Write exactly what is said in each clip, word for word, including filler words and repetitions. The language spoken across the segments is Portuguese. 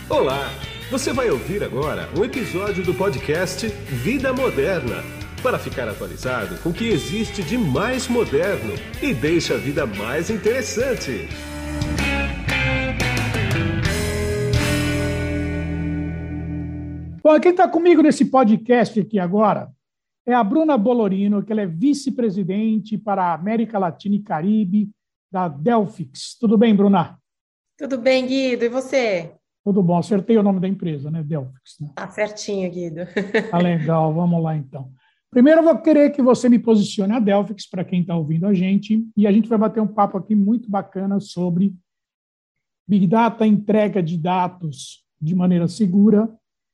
Olá! Você vai ouvir agora um episódio do podcast Vida Moderna, para ficar atualizado com o que existe de mais moderno e deixa a vida mais interessante. Bom, quem está comigo nesse podcast aqui agora é a Bruna Bolorino, que ela é vice-presidente para a América Latina e Caribe da Delphix. Tudo bem, Bruna? Tudo bem, Guido. E você? Tudo bom. Acertei o nome da empresa, né? Delphix. Né? Tá certinho, Guido. Tá legal. Vamos lá, então. Primeiro, eu vou querer que você me posicione a Delphix, para quem está ouvindo a gente, e a gente vai bater um papo aqui muito bacana sobre Big Data, entrega de dados de maneira segura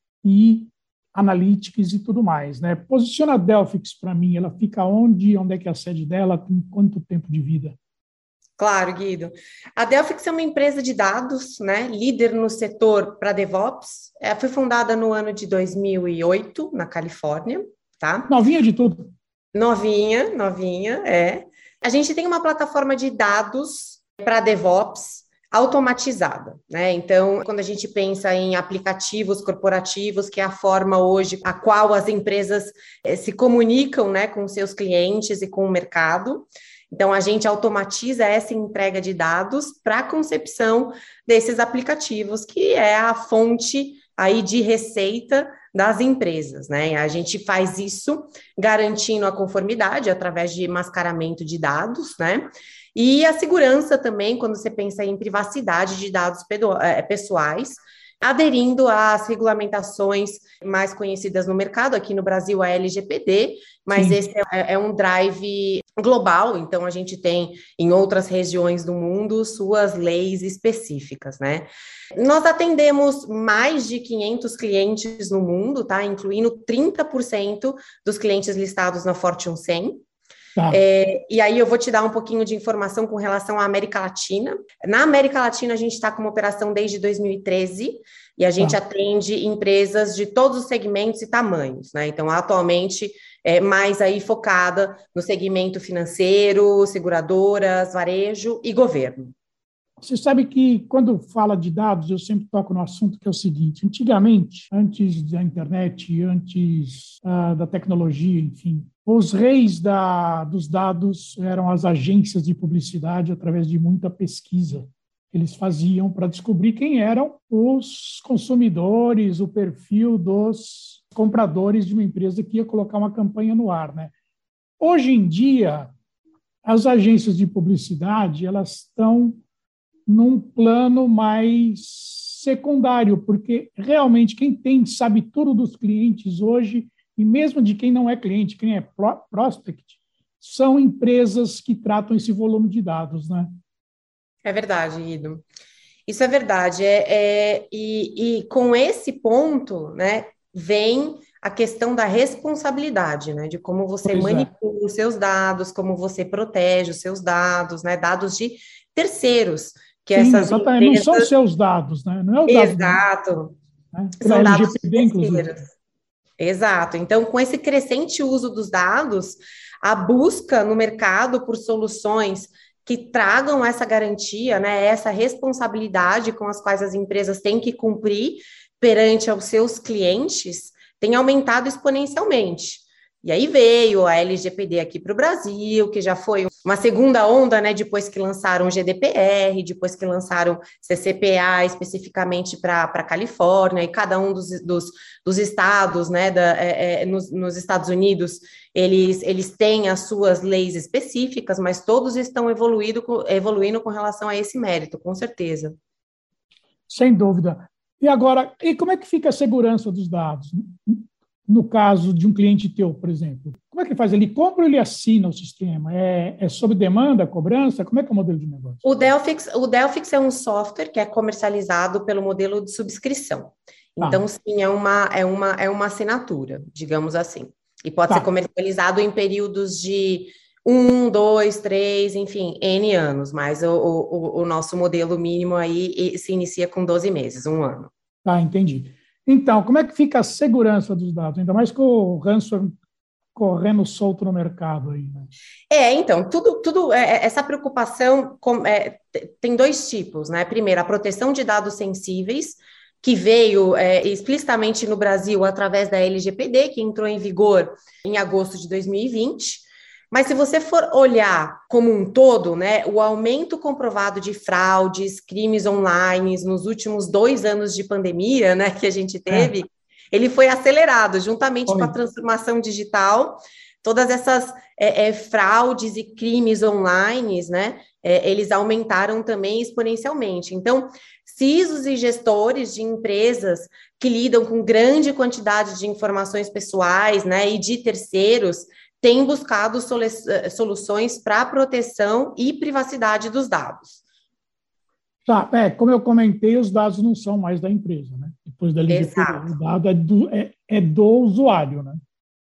e analytics e tudo mais, né? Posiciona a Delphix para mim, ela fica onde, onde é que é a sede dela, tem quanto tempo de vida? Claro, Guido. A Delphix é uma empresa de dados, né? Líder no setor para DevOps. É, foi fundada no ano de dois mil e oito, na Califórnia, tá? Novinha de tudo. Novinha, novinha, é. A gente tem uma plataforma de dados para DevOps automatizada, né? Então, quando a gente pensa em aplicativos corporativos, que é a forma hoje a qual as empresas eh, se comunicam, né, com seus clientes e com o mercado, então a gente automatiza essa entrega de dados para a concepção desses aplicativos, que é a fonte aí de receita das empresas, né? A gente faz isso garantindo a conformidade através de mascaramento de dados, né? E a segurança também, quando você pensa em privacidade de dados pessoais, aderindo às regulamentações mais conhecidas no mercado, aqui no Brasil a L G P D, mas Sim. esse é, é um drive global, então a gente tem em outras regiões do mundo suas leis específicas, né? Nós atendemos mais de quinhentos clientes no mundo, tá? Incluindo trinta por cento dos clientes listados na Fortune cem. Tá. É, e aí eu vou te dar um pouquinho de informação com relação à América Latina. Na América Latina, a gente está com uma operação desde dois mil e treze e a gente tá. atende empresas de todos os segmentos e tamanhos, né? Então, atualmente, é mais aí focada no segmento financeiro, seguradoras, varejo e governo. Você sabe que, quando fala de dados, eu sempre toco no assunto que é o seguinte: antigamente, antes da internet, antes uh, da tecnologia, enfim, os reis da, dos dados eram as agências de publicidade através de muita pesquisa que eles faziam para descobrir quem eram os consumidores, o perfil dos compradores de uma empresa que ia colocar uma campanha no ar, né? Hoje em dia, as agências de publicidade, elas estão num plano mais secundário, porque realmente quem tem, sabe tudo dos clientes hoje, e mesmo de quem não é cliente, quem é prospect, são empresas que tratam esse volume de dados, né? É verdade, Guido. Isso é verdade. É, é, e, e com esse ponto, né, vem a questão da responsabilidade, né, de como você pois manipula é. os seus dados, como você protege os seus dados, né, dados de terceiros. Que Sim, essas exatamente. empresas... Não são seus dados, né? Não é o Exato. Dado, né? São dados L G P D, inclusive. Exato. Então, com esse crescente uso dos dados, a busca no mercado por soluções que tragam essa garantia, né, essa responsabilidade com as quais as empresas têm que cumprir perante aos seus clientes, tem aumentado exponencialmente. E aí veio a L G P D aqui para o Brasil, que já foi uma segunda onda, né, depois que lançaram o G D P R, depois que lançaram C C P A especificamente para a Califórnia, e cada um dos, dos, dos estados, né, da, é, é, nos, nos Estados Unidos, eles, eles têm as suas leis específicas, mas todos estão evoluindo, evoluindo com relação a esse mérito, com certeza. Sem dúvida. E agora, e como é que fica a segurança dos dados? No caso de um cliente teu, por exemplo, como é que faz? Ele compra ou ele assina o sistema? É, é sob demanda, cobrança? Como é que é o modelo de negócio? O Delphix, o Delphix é um software que é comercializado pelo modelo de subscrição. Então, ah. sim, é uma, é, uma, é uma assinatura, digamos assim. E pode tá. ser comercializado em períodos de um, dois, três, enfim, N anos. Mas o, o, o nosso modelo mínimo aí se inicia com doze meses, um ano. Tá, entendi. Então, como é que fica a segurança dos dados? Ainda mais com o ransomware correndo solto no mercado aí, né? É, então, tudo, tudo é, essa preocupação com, é, tem dois tipos, né? Primeiro, a proteção de dados sensíveis, que veio é, explicitamente no Brasil através da L G P D, que entrou em vigor em agosto de dois mil e vinte. Mas se você for olhar como um todo, né, o aumento comprovado de fraudes, crimes online nos últimos dois anos de pandemia, né, que a gente teve, é. ele foi acelerado juntamente Oi. com a transformação digital. Todas essas é, é, fraudes e crimes online, né, é, eles aumentaram também exponencialmente. Então, C I S Os e gestores de empresas que lidam com grande quantidade de informações pessoais, né, e de terceiros, têm buscado solu- soluções para proteção e privacidade dos dados. Tá, é, como eu comentei, os dados não são mais da empresa, né? Depois da L G P D, Exato. O dado é do, é, é do usuário, né?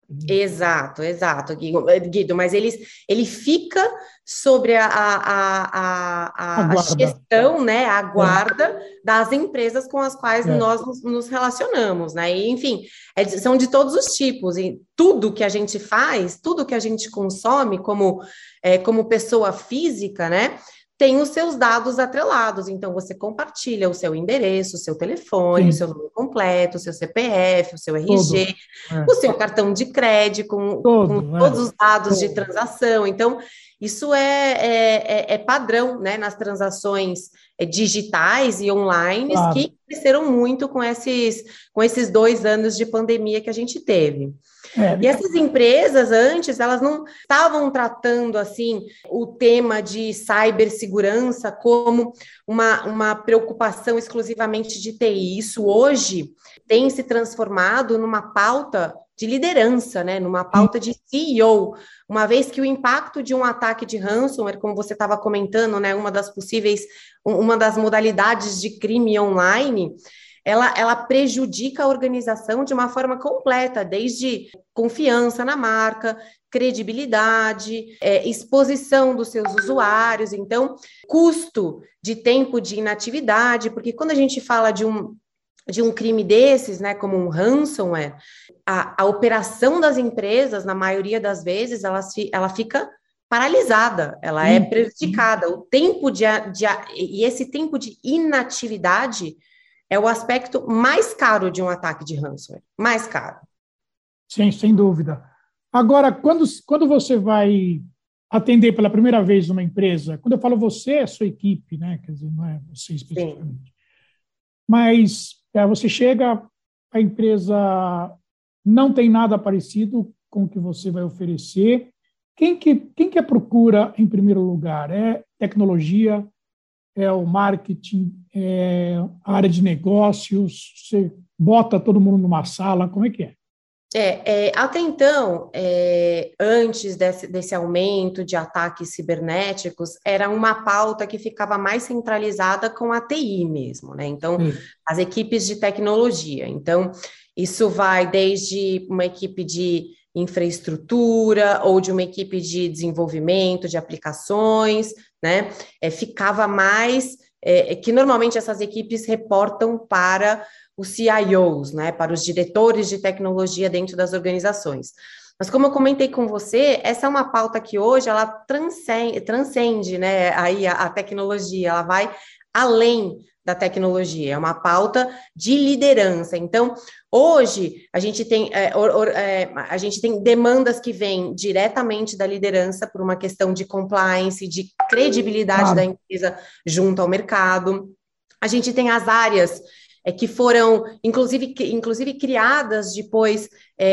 Exato, exato, Guido, mas eles, ele fica sobre a, a, a, a, a gestão, né, a guarda é. das empresas com as quais é. nós nos, nos relacionamos, né, e, enfim, é, são de todos os tipos, e tudo que a gente faz, tudo que a gente consome como, é, como pessoa física, né, tem os seus dados atrelados, então você compartilha o seu endereço, o seu telefone, Sim. o seu nome completo, o seu C P F, o seu R G, é. o seu cartão de crédito, com, Todo, com todos é. os dados Todo. de transação. Então, isso é, é, é padrão, né, nas transações digitais e online, claro. que cresceram muito com esses, com esses dois anos de pandemia que a gente teve. É. E essas empresas, antes, elas não estavam tratando, assim, o tema de cibersegurança como uma, uma preocupação exclusivamente de T I. Isso, hoje, tem se transformado numa pauta de liderança, né? Numa pauta de C E O, uma vez que o impacto de um ataque de ransomware, como você estava comentando, né? Uma das possíveis, uma das modalidades de crime online, Ela, ela prejudica a organização de uma forma completa, desde confiança na marca, credibilidade, é, exposição dos seus usuários, então, custo de tempo de inatividade, porque quando a gente fala de um, de um crime desses, né, como um ransomware, a, a operação das empresas, na maioria das vezes, ela, ela fica paralisada, ela é prejudicada. O tempo de, de... E esse tempo de inatividade é o aspecto mais caro de um ataque de ransomware, mais caro. Sim, sem dúvida. Agora, quando, quando você vai atender pela primeira vez uma empresa, quando eu falo você, é a sua equipe, né? Quer dizer, não é você especificamente. Sim. Mas é, você chega, a empresa não tem nada parecido com o que você vai oferecer. Quem que, quem que é procura em primeiro lugar? É tecnologia? É o marketing, é a área de negócios, você bota todo mundo numa sala, como é que é? É, é até então, é, antes desse, desse aumento de ataques cibernéticos, era uma pauta que ficava mais centralizada com a T I mesmo, né? Então, hum. as equipes de tecnologia. Então, isso vai desde uma equipe de infraestrutura ou de uma equipe de desenvolvimento de aplicações, né? É, ficava mais, é, que normalmente essas equipes reportam para os C I Os, né? Para os diretores de tecnologia dentro das organizações. Mas como eu comentei com você, essa é uma pauta que hoje ela transcende, transcende, né? Aí a, a tecnologia, ela vai além da tecnologia, é uma pauta de liderança. Então, hoje, a gente tem, é, or, or, é, a gente tem demandas que vêm diretamente da liderança por uma questão de compliance, de credibilidade ah. da empresa junto ao mercado. A gente tem as áreas é, que foram, inclusive, inclusive criadas depois é,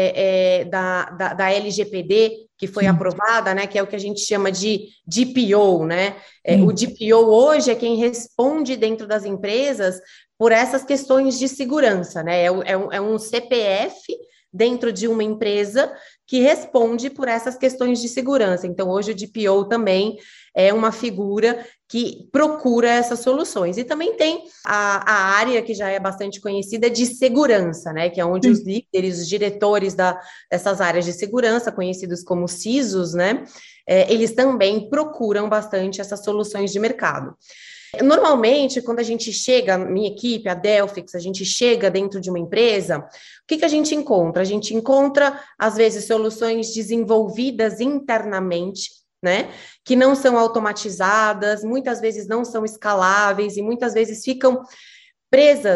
é, é, da, da, da L G P D, que foi Sim. aprovada, né, que é o que a gente chama de D P O, né? É, o D P O hoje é quem responde dentro das empresas por essas questões de segurança, né? É, é, um, é um C P F dentro de uma empresa que responde por essas questões de segurança. Então, hoje o D P O também é uma figura que procura essas soluções. E também tem a, a área que já é bastante conhecida de segurança, né? Que é onde Sim. os líderes, os diretores da, dessas áreas de segurança, conhecidos como C I S Os, né? É, eles também procuram bastante essas soluções de mercado. Normalmente, quando a gente chega, minha equipe, a Delphix, a gente chega dentro de uma empresa, o que, que a gente encontra? A gente encontra, às vezes, soluções desenvolvidas internamente, né, que não são automatizadas, muitas vezes não são escaláveis e muitas vezes ficam presas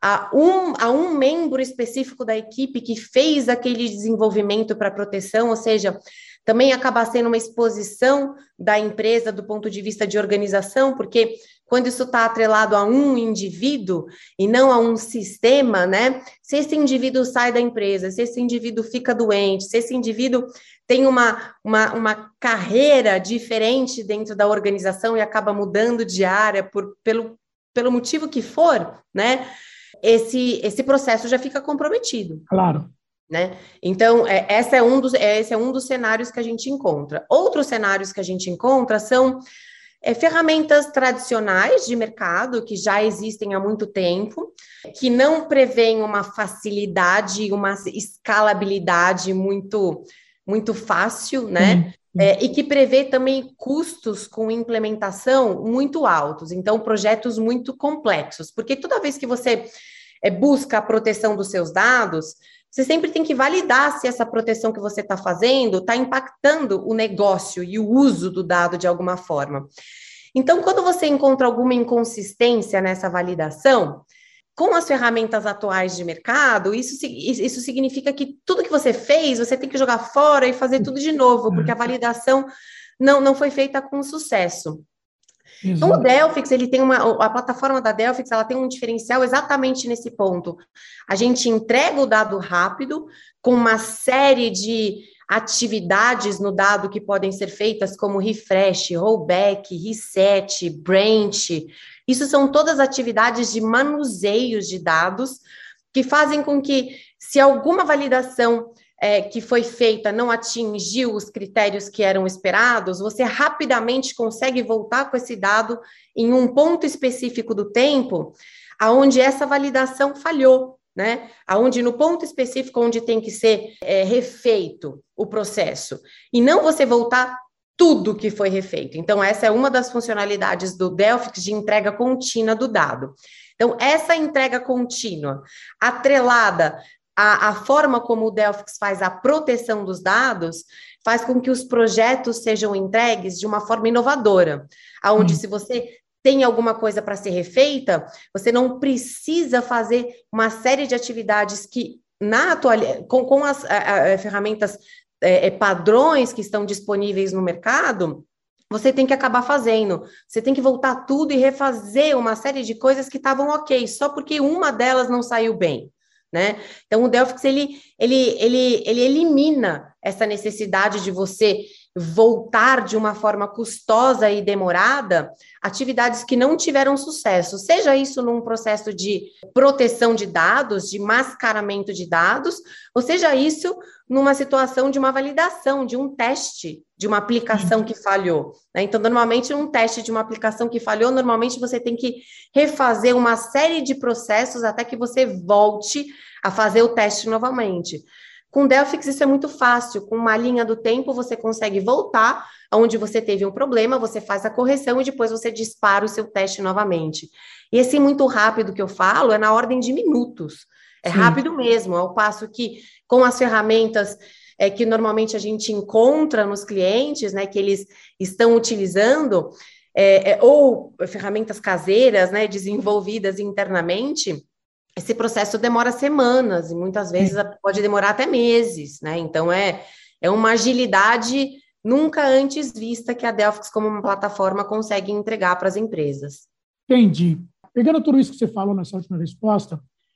a um, a um membro específico da equipe que fez aquele desenvolvimento para proteção, ou seja, também acaba sendo uma exposição da empresa do ponto de vista de organização, porque quando isso está atrelado a um indivíduo e não a um sistema, né? Se esse indivíduo sai da empresa, se esse indivíduo fica doente, se esse indivíduo tem uma, uma, uma carreira diferente dentro da organização e acaba mudando de área por, pelo, pelo motivo que for, né? Esse, esse processo já fica comprometido. Claro. Né? Então, é, essa é um dos, é, esse é um dos cenários que a gente encontra. Outros cenários que a gente encontra são é, ferramentas tradicionais de mercado, que já existem há muito tempo, que não prevêem uma facilidade, uma escalabilidade muito, muito fácil, né? É, e que prevê também custos com implementação muito altos, então projetos muito complexos, porque toda vez que você é, busca a proteção dos seus dados, você sempre tem que validar se essa proteção que você está fazendo está impactando o negócio e o uso do dado de alguma forma. Então, quando você encontra alguma inconsistência nessa validação, com as ferramentas atuais de mercado, isso, isso significa que tudo que você fez, você tem que jogar fora e fazer tudo de novo, porque a validação não, não foi feita com sucesso. Exato. Então, o Delphix, ele tem uma, a plataforma da Delphix, ela tem um diferencial exatamente nesse ponto. A gente entrega o dado rápido, com uma série de atividades no dado que podem ser feitas, como refresh, rollback, reset, branch. Isso são todas atividades de manuseios de dados que fazem com que, se alguma validação é, que foi feita não atingiu os critérios que eram esperados, você rapidamente consegue voltar com esse dado em um ponto específico do tempo, aonde essa validação falhou, né? Aonde no ponto específico onde tem que ser é, refeito o processo, e não você voltar tudo que foi refeito. Então, essa é uma das funcionalidades do Delphix de entrega contínua do dado. Então, essa entrega contínua, atrelada à, à forma como o Delphix faz a proteção dos dados, faz com que os projetos sejam entregues de uma forma inovadora, aonde hum. se você tem alguma coisa para ser refeita, você não precisa fazer uma série de atividades que, na atualidade, com, com as a, a, ferramentas É, é, padrões que estão disponíveis no mercado, você tem que acabar fazendo. Você tem que voltar tudo e refazer uma série de coisas que estavam ok, só porque uma delas não saiu bem, né? Então, o Delphix, ele, ele, ele, ele elimina essa necessidade de você voltar de uma forma custosa e demorada atividades que não tiveram sucesso, seja isso num processo de proteção de dados, de mascaramento de dados, ou seja isso numa situação de uma validação, de um teste de uma aplicação que falhou, né? Então, normalmente, um teste de uma aplicação que falhou, normalmente você tem que refazer uma série de processos até que você volte a fazer o teste novamente. Com o Delphix isso é muito fácil, com uma linha do tempo você consegue voltar aonde você teve um problema, você faz a correção e depois você dispara o seu teste novamente. E esse muito rápido que eu falo é na ordem de minutos, é Sim. rápido mesmo, ao passo que com as ferramentas é, que normalmente a gente encontra nos clientes, né, que eles estão utilizando, é, é, ou ferramentas caseiras, né, desenvolvidas internamente, esse processo demora semanas e muitas vezes pode demorar até meses, né? Então, é, é uma agilidade nunca antes vista que a Delphix, como uma plataforma, consegue entregar para as empresas. Entendi. Pegando tudo isso que você falou nessa última resposta,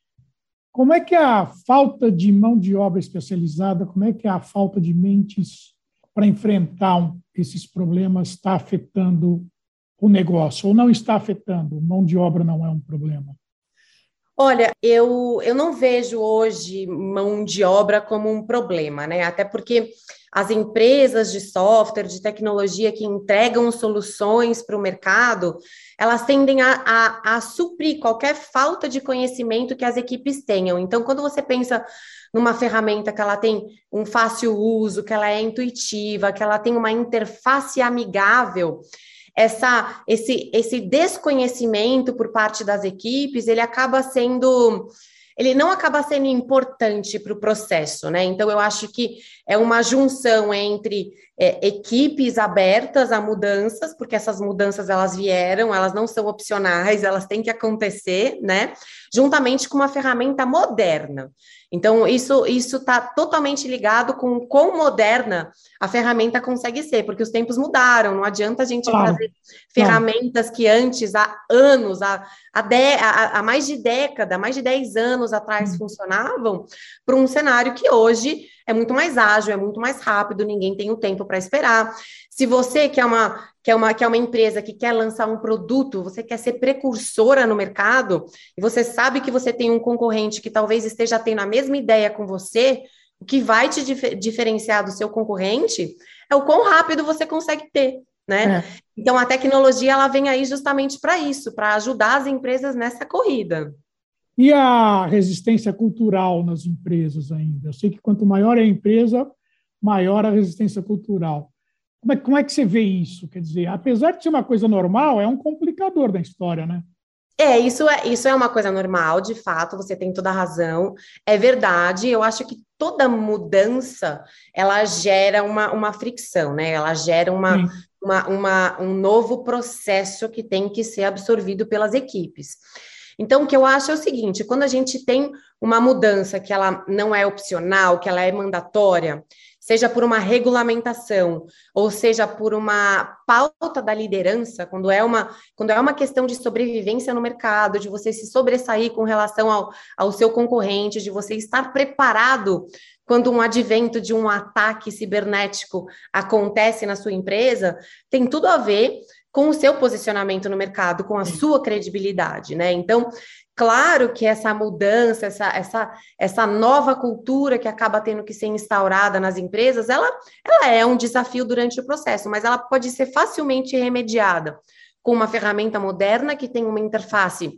como é que a falta de mão de obra especializada, como é que a falta de mentes para enfrentar esses problemas está afetando o negócio? Ou não está afetando? Mão de obra não é um problema? Olha, eu, eu não vejo hoje mão de obra como um problema, né? Até porque as empresas de software, de tecnologia que entregam soluções para o mercado, elas tendem a, a, a suprir qualquer falta de conhecimento que as equipes tenham. Então, quando você pensa numa ferramenta que ela tem um fácil uso, que ela é intuitiva, que ela tem uma interface amigável, Essa, esse, esse desconhecimento por parte das equipes, ele acaba sendo, ele não acaba sendo importante para o processo, né? Então, eu acho que é uma junção entre é, equipes abertas a mudanças, porque essas mudanças elas vieram, elas não são opcionais, elas têm que acontecer, né? Juntamente com uma ferramenta moderna. Então, isso isso está totalmente ligado com quão moderna a ferramenta consegue ser, porque os tempos mudaram, não adianta a gente Claro, trazer claro. ferramentas que antes, há anos, há, há, de, há, há mais de década, mais de dez anos atrás Hum. funcionavam, para um cenário que hoje é muito mais ágil, é muito mais rápido, ninguém tem o tempo para esperar. Se você quer uma, quer, uma, quer uma empresa que quer lançar um produto, você quer ser precursora no mercado, e você sabe que você tem um concorrente que talvez esteja tendo a mesma ideia com você, o que vai te dif- diferenciar do seu concorrente é o quão rápido você consegue ter, né? É. Então, a tecnologia, ela vem aí justamente para isso, para ajudar as empresas nessa corrida. E a resistência cultural nas empresas ainda? Eu sei que quanto maior é a empresa, maior a resistência cultural. Como é, como é que você vê isso? Quer dizer, apesar de ser uma coisa normal, é um complicador da história, né? É, isso é, isso é uma coisa normal, de fato, você tem toda a razão, é verdade, eu acho que toda mudança, ela gera uma, uma fricção, né, ela gera uma, Sim. uma, uma, um novo processo que tem que ser absorvido pelas equipes. Então, o que eu acho é o seguinte, quando a gente tem uma mudança que ela não é opcional, que ela é mandatória, seja por uma regulamentação, ou seja por uma pauta da liderança, quando é uma, quando é uma questão de sobrevivência no mercado, de você se sobressair com relação ao, ao seu concorrente, de você estar preparado quando um advento de um ataque cibernético acontece na sua empresa, tem tudo a ver com o seu posicionamento no mercado, com a sua credibilidade, né? Então, claro que essa mudança, essa, essa, essa nova cultura que acaba tendo que ser instaurada nas empresas, ela, ela é um desafio durante o processo, mas ela pode ser facilmente remediada com uma ferramenta moderna que tem uma interface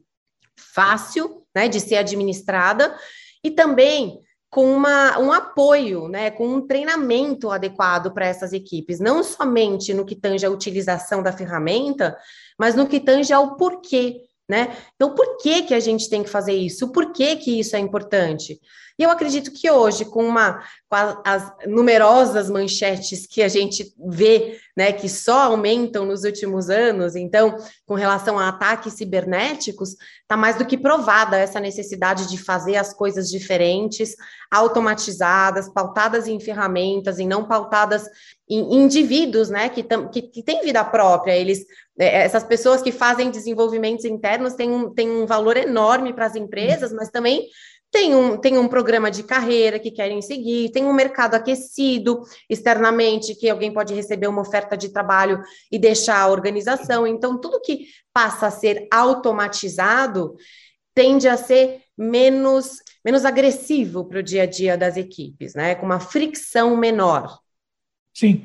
fácil, né, de ser administrada e também com uma, um apoio, né, com um treinamento adequado para essas equipes, não somente no que tange a utilização da ferramenta, mas no que tange ao porquê, né? Então, por que que a gente tem que fazer isso? Por que que isso é importante? E eu acredito que hoje, com, uma, com a, as numerosas manchetes que a gente vê, né, que só aumentam nos últimos anos, então, com relação a ataques cibernéticos, está mais do que provada essa necessidade de fazer as coisas diferentes, automatizadas, pautadas em ferramentas, e não pautadas em indivíduos, né, que, tam, que, que têm vida própria. Eles, essas pessoas que fazem desenvolvimentos internos têm um, têm um valor enorme para as empresas, mas também tem um, tem um programa de carreira que querem seguir, tem um mercado aquecido externamente, que alguém pode receber uma oferta de trabalho e deixar a organização. Então, tudo que passa a ser automatizado tende a ser menos, menos agressivo para o dia a dia das equipes, né? Com uma fricção menor. Sim.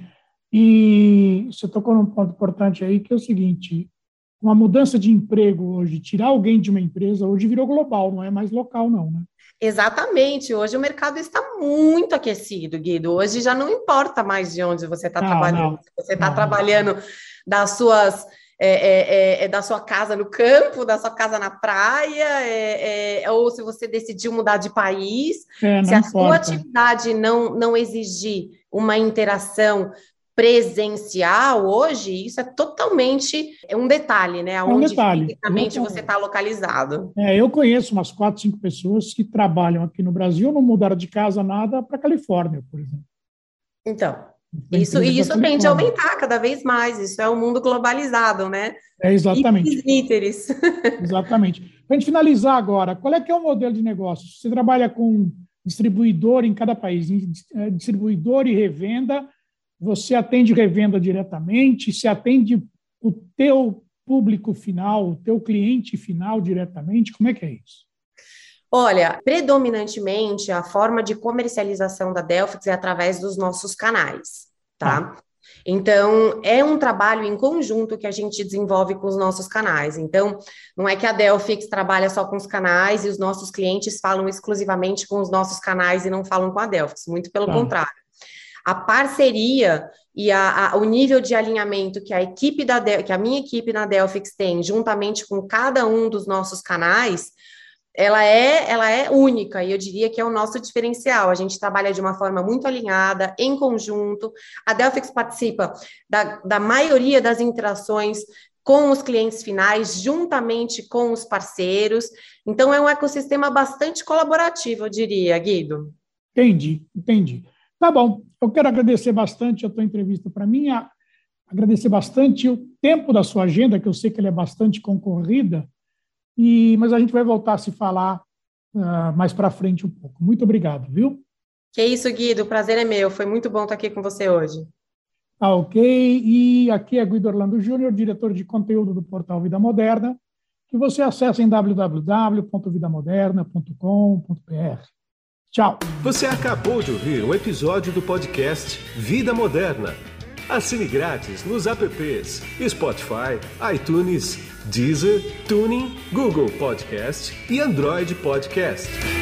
E você tocou num ponto importante aí, que é o seguinte: uma mudança de emprego hoje, tirar alguém de uma empresa, hoje virou global, não é mais local, não, né? Exatamente. Hoje o mercado está muito aquecido, Guido. Hoje já não importa mais de onde você está trabalhando. Não, Se você está não, trabalhando das suas, é, é, é, da sua casa no campo, da sua casa na praia, é, é, ou se você decidiu mudar de país, é, não se a importa. sua atividade não, não exigir uma interação presencial hoje, isso é totalmente um detalhe, né? É um Onde detalhe. fisicamente você está localizado. É, eu conheço umas quatro, cinco pessoas que trabalham aqui no Brasil, não mudaram de casa nada para a Califórnia, por exemplo. Então, isso, e isso tende a aumentar cada vez mais. Isso é um mundo globalizado, né? É, exatamente. Ipsis Exatamente. Para a gente finalizar agora, qual é que é o modelo de negócio? Você trabalha com distribuidor em cada país, distribuidor e revenda. Você atende revenda diretamente? Se atende o teu público final, o teu cliente final diretamente? Como é que é isso? Olha, predominantemente a forma de comercialização da Delphix é através dos nossos canais, tá? Ah. Então, é um trabalho em conjunto que a gente desenvolve com os nossos canais. Então, não é que a Delphix trabalha só com os canais e os nossos clientes falam exclusivamente com os nossos canais e não falam com a Delphix, muito pelo ah. contrário. A parceria e a, a, o nível de alinhamento que a equipe da que a minha equipe na Delphix tem, juntamente com cada um dos nossos canais, ela é, ela é única, e eu diria que é o nosso diferencial. A gente trabalha de uma forma muito alinhada, em conjunto. A Delphix participa da, da maioria das interações com os clientes finais, juntamente com os parceiros. Então, é um ecossistema bastante colaborativo, eu diria, Guido. Entendi, entendi. Tá bom, eu quero agradecer bastante a tua entrevista para mim, a, agradecer bastante o tempo da sua agenda, que eu sei que ela é bastante concorrida, e, mas a gente vai voltar a se falar uh, mais para frente um pouco. Muito obrigado, viu? Que isso, Guido, o prazer é meu, foi muito bom estar aqui com você hoje. Ah, ok, e aqui é Guido Orlando Júnior, diretor de conteúdo do portal Vida Moderna, que você acessa em w w w ponto vida moderna ponto com ponto b r. Tchau. Você acabou de ouvir um episódio do podcast Vida Moderna. Assine grátis nos apps Spotify, iTunes, Deezer, Tuning, Google Podcast e Android Podcast.